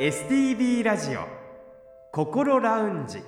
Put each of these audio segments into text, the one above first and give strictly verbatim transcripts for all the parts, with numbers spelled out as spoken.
エスティービー ラジオ心ラウンジ。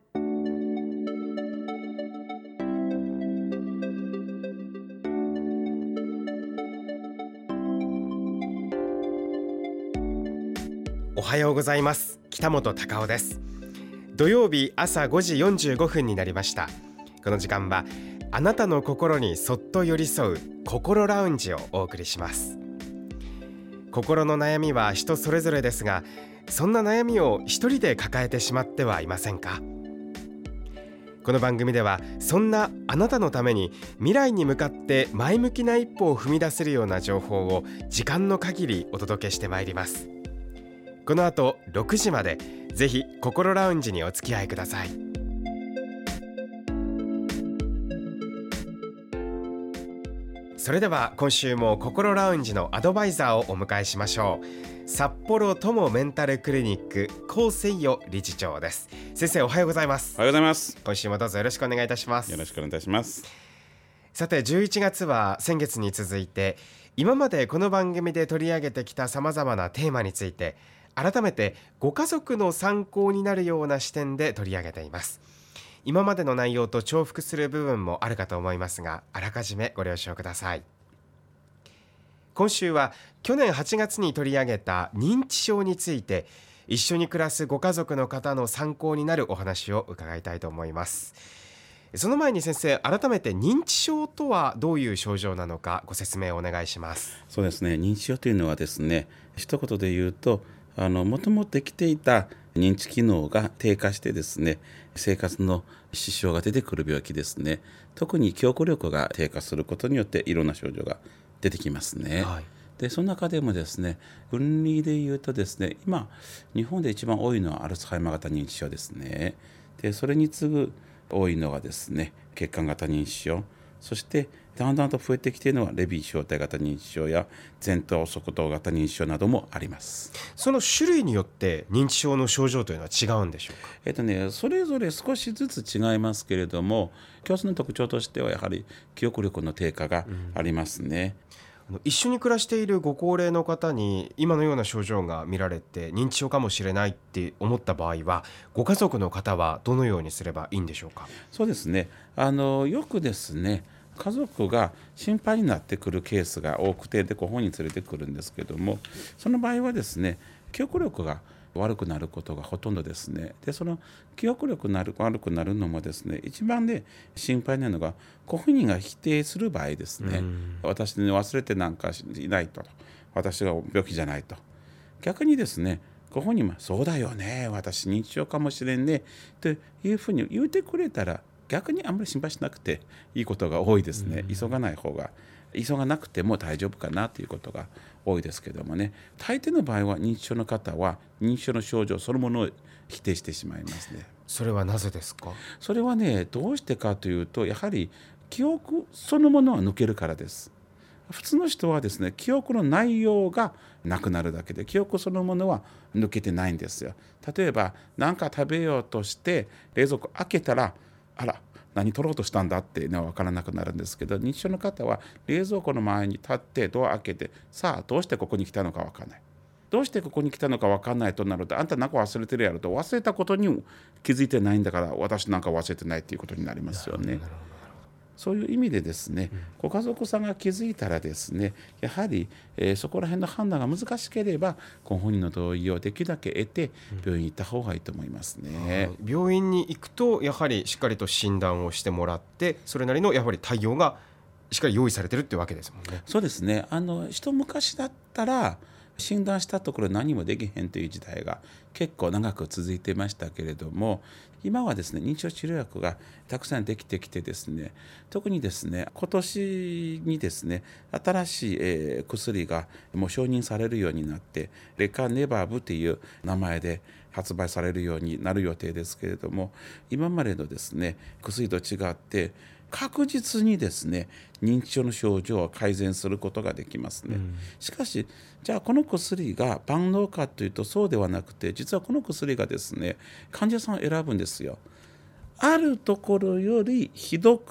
おはようございます。北本隆夫です。土曜日朝ごじよんじゅうごふんになりました。この時間はあなたの心にそっと寄り添う心ラウンジをお送りします。心の悩みは人それぞれですが、そんな悩みを一人で抱えてしまってはいませんか？この番組ではそんなあなたのために未来に向かって前向きな一歩を踏み出せるような情報を時間の限りお届けしてまいります。この後ろくじまでぜひ心ラウンジにお付き合いください。それでは今週も心ラウンジのアドバイザーをお迎えしましょう。札幌友メンタルクリニック高誠代理事長です。先生、おはようございます。 おはようございます。 今週もどうぞよろしくお願いいたします。 よろしくお願いいたします。 さて、じゅういちがつは先月に続いて今までこの番組で取り上げてきたさまざまなテーマについて改めてご家族の参考になるような視点で取り上げています。今までの内容と重複する部分もあるかと思いますが、あらかじめご了承ください。今週は去年はちがつに取り上げた認知症について、一緒に暮らすご家族の方の参考になるお話を伺いたいと思います。その前に先生、改めて認知症とはどういう症状なのかご説明をお願いします。 そうですね、認知症というのはですね、一言で言うと、あのもともとできていた認知機能が低下してですね、生活の支障が出てくる病気ですね。特に記憶力が低下することによっていろんな症状が出てきますね、はい。でその中でもですね、分類で言うとですね、今日本で一番多いのはアルツハイマー型認知症ですね。でそれに次ぐ多いのがですね、血管型認知症、そしてだんだんと増えてきているのはレビー小体型認知症や前頭側頭型認知症などもあります。 その種類によって認知症の症状というのは違うんでしょうか？ えっとね、それぞれ少しずつ違いますけれども、共通の特徴としてはやはり記憶力の低下がありますね、 うん、一緒に暮らしているご高齢の方に今のような症状が見られて認知症かもしれないって思った場合は、ご家族の方はどのようにすればいいんでしょうか？ そうですね、あのよくですね、家族が心配になってくるケースが多くて、でご本人連れてくるんですけども、その場合はですね、記憶力が悪くなることがほとんどですね。でその記憶力なる悪くなるのもですね、一番で心配なのがご本人が否定する場合ですね。私に忘れてなんかいないと、私が病気じゃないと。逆にですね、ご本人もそうだよね、私認知症かもしれんねというふうに言うてくれたら、逆にあんまり心配しなくていいことが多いですね。急がない方が、急がなくても大丈夫かなということが多いですけどもね。大抵の場合は認知症の方は認知症の症状そのものを否定してしまいますね。 それはなぜですか？ それはね、どうしてかというと、やはり記憶そのものは抜けるからです。普通の人はですね、記憶の内容がなくなるだけで、記憶そのものは抜けてないんですよ。例えば何か食べようとして冷蔵庫開けたら、あら何取ろうとしたんだっていうのは分からなくなるんですけど、認知症の方は冷蔵庫の前に立ってドア開けて、さあどうしてここに来たのか分からない、どうしてここに来たのか分からないとなると、あんた何か忘れてるやろと、忘れたことに気づいてないんだから私なんか忘れてないっていうことになりますよね。そういう意味でですね、ご家族さんが気づいたらですね、やはり、えー、そこら辺の判断が難しければご本人の同意をできるだけ得て病院に行った方がいいと思いますね、 うん、病院に行くとやはりしっかりと診断をしてもらって、それなりのやはり対応がしっかり用意されてるってわけですもんね。 そうですね、あの一昔だったら診断したところ何もできへんという時代が結構長く続いていましたけれども、今はですね、認知症治療薬がたくさんできてきてですね、特にですね、今年にですね、新しい、えー、薬がもう承認されるようになって、レカネバブという名前で発売されるようになる予定ですけれども、今までのですね、薬と違って確実にですね、認知症の症状を改善することができますね、うん、しかしじゃあこの薬が万能かというとそうではなくて、実はこの薬がですね、患者さんを選ぶんですよ。あるところよりひどく、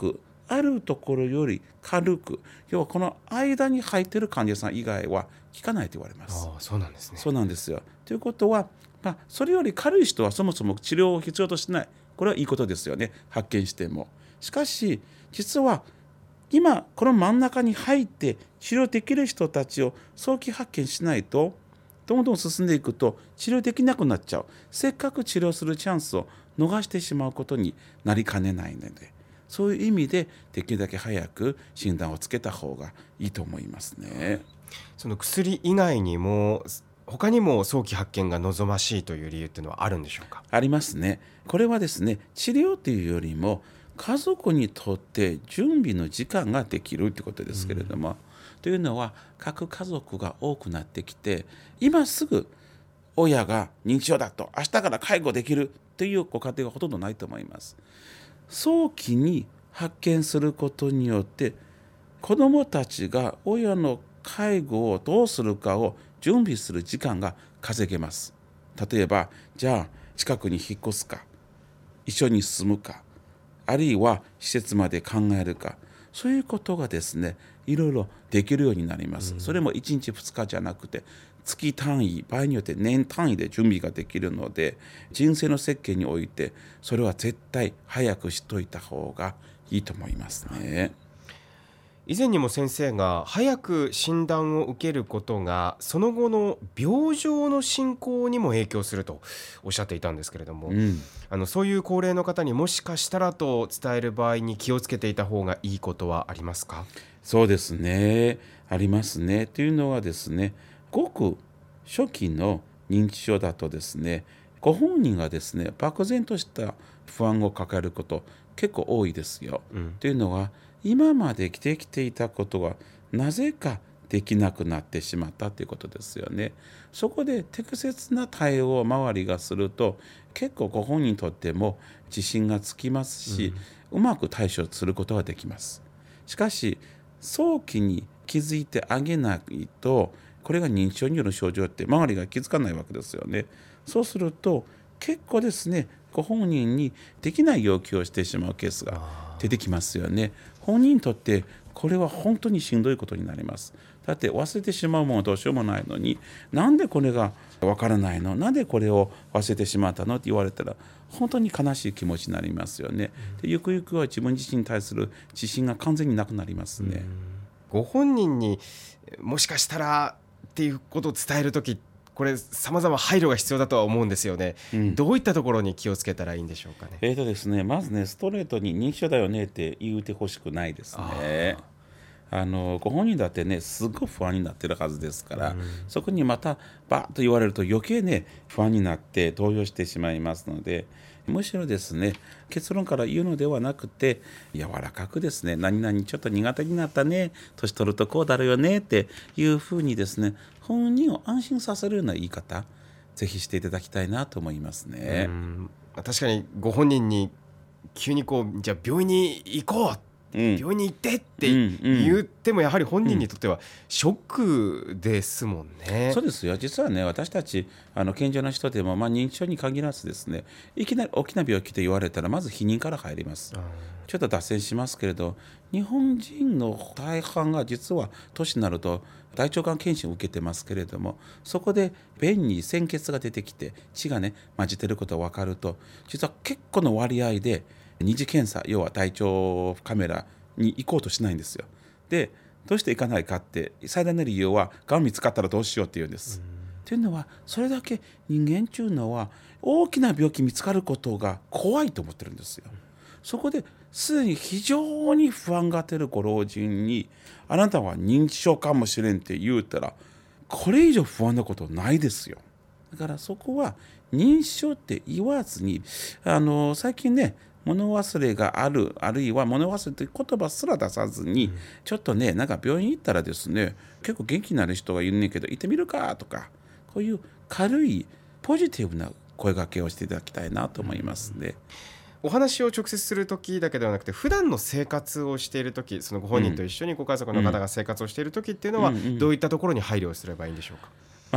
あるところより軽く、要はこの間に入っている患者さん以外は効かないと言われます。 ああ、そうなんですね。 そうなんですよ。ということは、まあ、それより軽い人はそもそも治療を必要としない。これはいいことですよね、発見しても。しかし実は今この真ん中に入って治療できる人たちを早期発見しないと、どんどん進んでいくと治療できなくなっちゃう。せっかく治療するチャンスを逃してしまうことになりかねないので、そういう意味でできるだけ早く診断をつけた方がいいと思いますね。 その薬以外にも他にも早期発見が望ましいという理由っていうのはあるんでしょうか？ ありますね。これはですね、治療というよりも家族にとって準備の時間ができるということですけれども、うん、というのは各家族が多くなってきて、今すぐ親が認知症だと明日から介護できるというご家庭がほとんどないと思います。早期に発見することによって子どもたちが親の介護をどうするかを準備する時間が稼げます。例えばじゃあ近くに引っ越すか、一緒に住むか、あるいは施設まで考えるか、そういうことがですね、いろいろできるようになります。それもいちにちふつかじゃなくて月単位、場合によって年単位で準備ができるので、人生の設計においてそれは絶対早くしといた方がいいと思いますね。 以前にも先生が早く診断を受けることがその後の病状の進行にも影響するとおっしゃっていたんですけれども、うん、あのそういう高齢の方にもしかしたらと伝える場合に気をつけていた方がいいことはありますか？ そうですね、ありますね。というのはですね、ごく初期の認知症だとですね、ご本人がですね漠然とした不安を抱えること結構多いですよ。うん、というのは今までできていたことがなぜかできなくなってしまったということですよね。そこで適切な対応を周りがすると結構ご本人にとっても自信がつきますし、うん、うまく対処することができます。しかし早期に気づいてあげないと、これが認知症による症状って周りが気づかないわけですよね。そうすると結構ですね、ご本人にできない要求をしてしまうケースが出てきますよね。本人にとってこれは本当にしんどいことになります。だって忘れてしまうものはどうしようもないのに、なんでこれがわからないの、なんでこれを忘れてしまったのって言われたら本当に悲しい気持ちになりますよね。でゆくゆくは自分自身に対する自信が完全になくなりますね。 ご本人にもしかしたらっていうことを伝えるとき、これ様々配慮が必要だとは思うんですよね。うん、どういったところに気をつけたらいいんでしょうかね。 えーとですね、まずね、ストレートに認知症だよねって言うてほしくないですね。あのご本人だってね、すごく不安になってるはずですから、うん、そこにまたバーッと言われると余計ね不安になって動揺してしまいますので、むしろですね、結論から言うのではなくて柔らかくですね、何々ちょっと苦手になったね、年取るとこうだろうよねっていうふうにですね、本人を安心させるような言い方ぜひしていただきたいなと思いますね。 うん、確かにご本人に急にこうじゃあ病院に行こう、うん、病院に行ってって言ってもやはり本人にとってはショックですもんね。 うん、そうですよ。実はね、私たちあの健常な人でも、まあ、認知症に限らずですね、いきなり大きな病気と言われたらまず否認から入ります。ちょっと脱線しますけれど、日本人の大半が実は年になると大腸がん検診を受けてますけれども、そこで便に鮮血が出てきて血がね混じってることが分かると、実は結構の割合で二次検査、要は大腸カメラに行こうとしないんですよ。でどうして行かないかって、最大の理由はがん見つかったらどうしようっていうんです。というのは、それだけ人間っていうのは大きな病気見つかることが怖いと思ってるんですよ。そこですでに非常に不安が出るご老人に、あなたは認知症かもしれんって言うたら、これ以上不安なことないですよ。だからそこは認知症って言わずに、あの最近ね、物忘れがある、あるいは物忘れという言葉すら出さずに、うん、ちょっとね、なんか病院行ったらですね、結構元気になる人がいるねんけど行ってみるかとか、こういう軽いポジティブな声掛けをしていただきたいなと思いますね。 お話を直接するときだけではなくて、普段の生活をしているとき、そのご本人と一緒にご家族の方が生活をしているときっていうのは、どういったところに配慮すればいいんでしょうか。 まあ、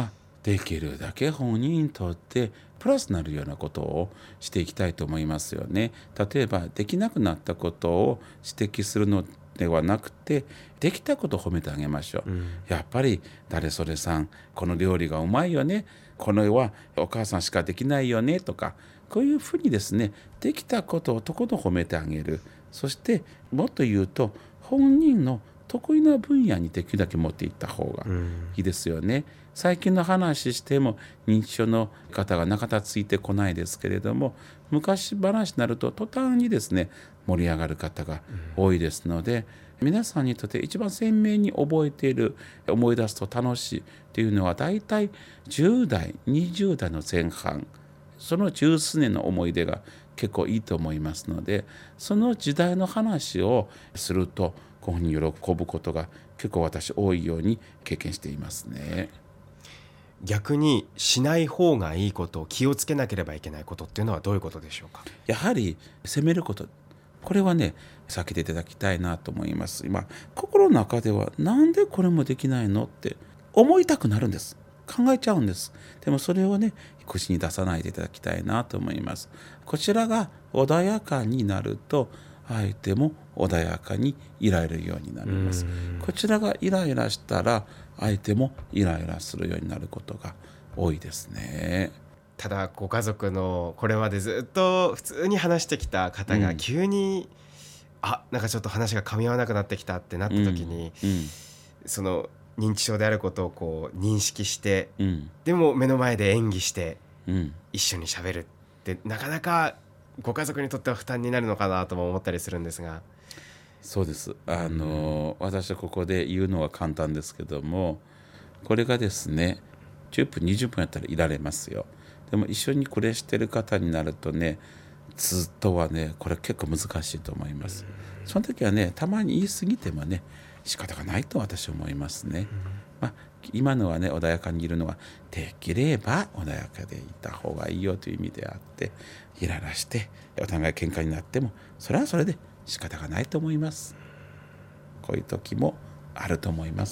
できるだけ本人にとってプラスになるようなことをしていきたいと思いますよね。例えばできなくなったことを指摘するのではなくて、できたことを褒めてあげましょう、うん、やっぱり誰それさんこの料理がうまいよね、この絵はお母さんしかできないよねとか、こういうふうにですね、できたことをとことん褒めてあげる。そしてもっと言うと、本人の得意な分野にできるだけ持っていった方がいいですよね、うん、最近の話しても認知症の方がなかなかついてこないですけれども、昔話になると途端にですね盛り上がる方が多いですので、うん、皆さんにとって一番鮮明に覚えている、思い出すと楽しいというのはだいたいじゅう代にじゅう代の前半、その十数年の思い出が結構いいと思いますので、その時代の話をするとこういうふうに喜ぶことが結構私多いように経験していますね。 逆にしない方がいいこと、気をつけなければいけないことっていうのはどういうことでしょうか。 やはり責めること、これはね避けていただきたいなと思います。今心の中ではなんでこれもできないのって思いたくなるんです、考えちゃうんです。でもそれをね口に出さないでいただきたいなと思います。こちらが穏やかになると相手も穏やかにいられるようになります。こちらがイライラしたら相手もイライラするようになることが多いですね。 ただご家族のこれまでずっと普通に話してきた方が急に、うん、あなんかちょっと話が噛み合わなくなってきたってなった時に、うんうん、その認知症であることをこう認識して、うん、でも目の前で演技して、うん、一緒に喋るってなかなかご家族にとっては負担になるのかなとも思ったりするんですが。 そうです。あの、うん、私はここで言うのは簡単ですけども、これがですねじゅっぷんにじゅっぷんやったらいられますよ。でも一緒に暮らしてる方になるとね、ずっとはねこれ結構難しいと思います。うん、その時はねたまに言い過ぎてもね仕方がないと私は思いますね。うん、まあ、今のはね穏やかにいるのはできれば穏やかでいた方がいいよという意味であって、イライラしてお互い喧嘩になってもそれはそれで仕方がないと思います。こういう時もあると思います。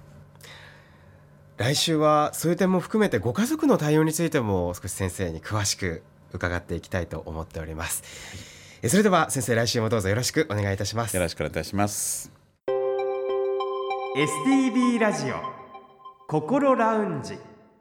来週はそういう点も含めてご家族の対応についても少し先生に詳しく伺っていきたいと思っております。はい、それでは先生、来週もどうぞよろしくお願いいたします。 よろしくお願いいたします。 エスティービー ラジオ心ラウンジ。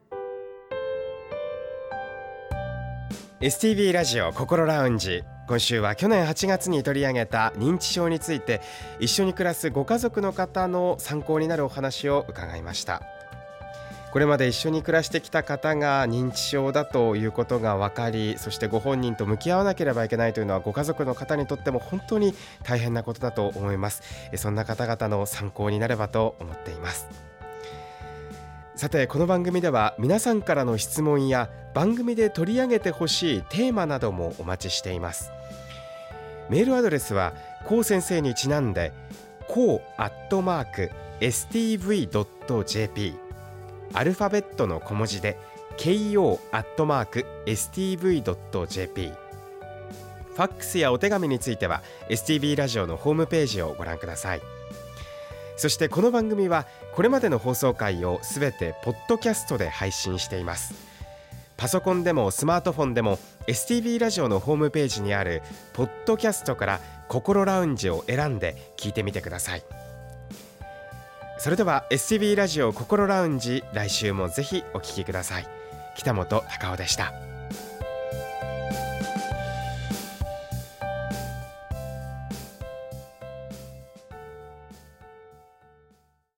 エスティービー ラジオ心ラウンジ、今週は去年はちがつに取り上げた認知症について、一緒に暮らすご家族の方の参考になるお話を伺いました。これまで一緒に暮らしてきた方が認知症だということが分かり、そしてご本人と向き合わなければいけないというのはご家族の方にとっても本当に大変なことだと思います。そんな方々の参考になればと思っています。さて、この番組では皆さんからの質問や番組で取り上げてほしいテーマなどもお待ちしています。メールアドレスはこう先生にちなんで こう アットマーク エスティーブイ ドット ジェーピー、 アルファベットの小文字で ケーオー アットマーク エスティーブイ ドット ジェーピー。 ファックスやお手紙については エスティービー ラジオのホームページをご覧ください。そしてこの番組はこれまでの放送回をすべてポッドキャストで配信しています。パソコンでもスマートフォンでも エスティービー ラジオのホームページにあるポッドキャストから心ラウンジを選んで聞いてみてください。それでは エスティービー ラジオ心ラウンジ、来週もぜひお聞きください。北本隆夫でした。